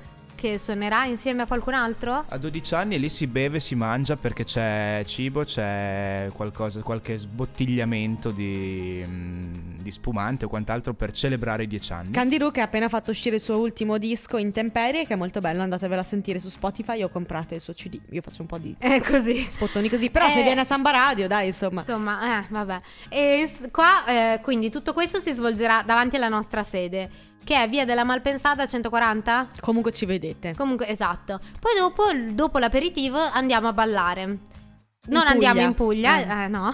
che suonerà insieme a qualcun altro? A dodici anni e lì si beve, si mangia perché c'è cibo, c'è qualcosa, qualche sbottigliamento di, mm, di spumante o quant'altro per celebrare i dieci anni. Candiru che ha appena fatto uscire il suo ultimo disco Intemperie, che è molto bello, andatevelo a sentire su Spotify o comprate il suo C D. Io faccio un po' di È così. spottoni così, però Eh, se viene a Samba Radio, dai, insomma. Insomma, eh, vabbè. E s- qua, eh, quindi tutto questo si svolgerà davanti alla nostra sede, che è via della Malpensata centoquaranta? Comunque ci vedete. Comunque, esatto. Poi dopo, dopo l'aperitivo andiamo a ballare. Non Puglia. andiamo in Puglia, Eh. eh, no.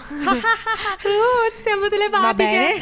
Uh, ci siamo telepatiche. Va bene.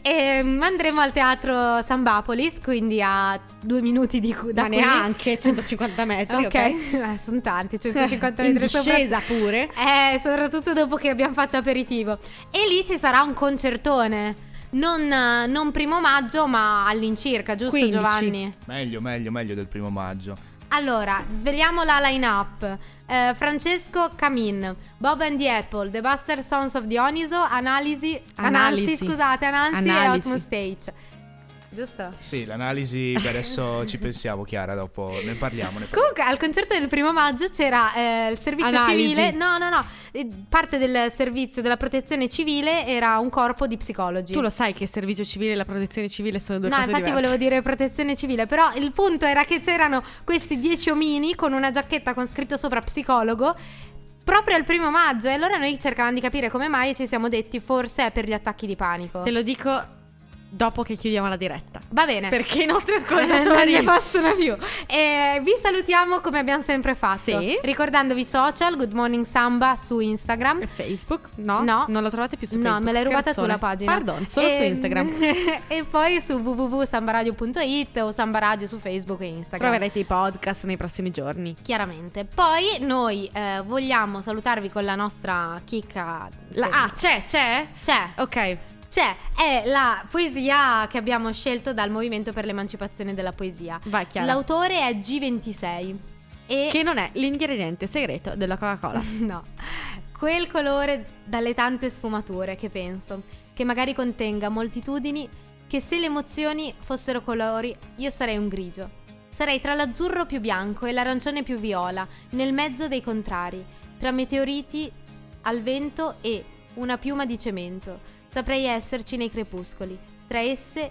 E mm, andremo al teatro Sambapolis, quindi a due minuti di cu- da Ma qui. neanche centocinquanta metri, Ok, ok? Eh, sono tanti, centocinquanta In metri sopra- discesa pure. Eh, soprattutto dopo che abbiamo fatto aperitivo. E lì ci sarà un concertone. Non, non primo maggio, ma all'incirca, giusto quindici. Giovanni? Meglio, meglio, meglio del primo maggio. Allora, svegliamo la line-up. Eh, Francesco Camin, Bob and the Apple, The Buster Sons of Dioniso, Analisi, Analisi, Analisi. scusate, Anansi e Analisi. Hot Stage. Giusto? Sì, l'analisi, beh, adesso ci pensiamo, Chiara, dopo ne parliamo. Ne parliamo. Comunque al concerto del primo maggio c'era eh, il servizio Analisi. civile. No, no, no. eh, Parte del servizio della protezione civile era un corpo di psicologi. Tu lo sai che il servizio civile e la protezione civile sono due No, cose infatti diverse. volevo dire protezione civile, però il punto era che c'erano questi dieci omini con una giacchetta con scritto sopra psicologo proprio al primo maggio, e allora noi cercavamo di capire come mai e ci siamo detti forse è per gli attacchi di panico. Te lo dico dopo che chiudiamo la diretta. Va bene. Perché i nostri non ascoltatori ne possono più. E vi salutiamo come abbiamo sempre fatto. Sì. Ricordandovi social, Good Morning Samba su Instagram. E Facebook? No, No. non lo trovate più su No, Facebook. me l'hai rubata tu scherzone. la pagina. Pardon, solo su E- Instagram. E poi su w w w punto sambaradio punto i t o Samba Radio su Facebook e Instagram. Troverete i podcast nei prossimi giorni. Chiaramente. Poi noi eh, vogliamo salutarvi con la nostra chicca. La- se- ah, c'è, c'è? C'è. Ok. C'è, è la poesia che abbiamo scelto dal Movimento per l'Emancipazione della Poesia. Vai, Chiara. L'autore è G ventisei. E Che non è l'ingrediente segreto della Coca-Cola. no, quel colore dalle tante sfumature che penso, che magari contenga moltitudini, che se le emozioni fossero colori, io sarei un grigio. Sarei tra l'azzurro più bianco e l'arancione più viola, nel mezzo dei contrari, tra meteoriti al vento e una piuma di cemento. Saprei esserci nei crepuscoli, tra esse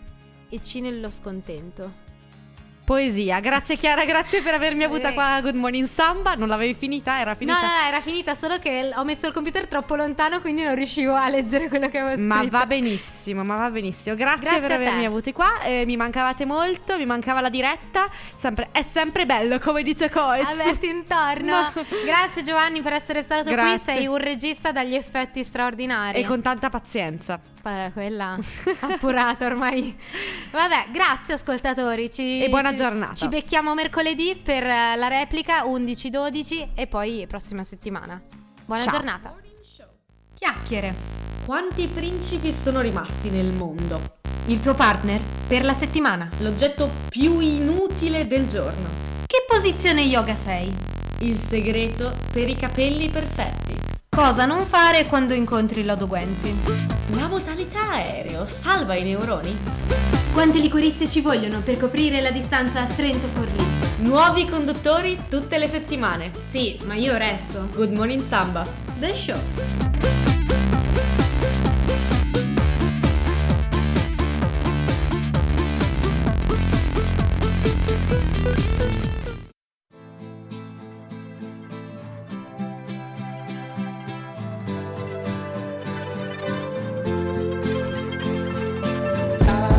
e ci nello scontento. Poesia. Grazie Chiara, grazie per avermi avuta Eh. qua a Good Morning Samba. Non l'avevi finita? Era No, finita? no, no, era finita, solo che ho messo il computer troppo lontano, quindi non riuscivo a leggere quello che avevo scritto. Ma va benissimo, ma va benissimo. Grazie, Grazie per a avermi te. avuti qua. eh, mi mancavate molto, mi mancava la diretta. Sempre- è sempre bello, come dice Coez. Averti intorno. No. Grazie Giovanni per essere stato Grazie. qui. Sei un regista dagli effetti straordinari. E con tanta pazienza. Pa- quella appurata ormai. Vabbè, grazie ascoltatori. Ci, E buona ci- giornata. Ci becchiamo mercoledì per eh, la replica undici dodici e poi prossima settimana. Buona Ciao. giornata. Chiacchiere. Quanti principi sono rimasti nel mondo? Il tuo partner per la settimana. L'oggetto più inutile del giorno. Che posizione yoga sei? Il segreto per i capelli perfetti. Cosa non fare quando incontri Lodo Guenzi? La modalità aereo salva i neuroni. Quante liquorizie ci vogliono per coprire la distanza a Trento-Forlì? Nuovi conduttori tutte le settimane. Sì, ma io resto. Good Morning Samba. The show.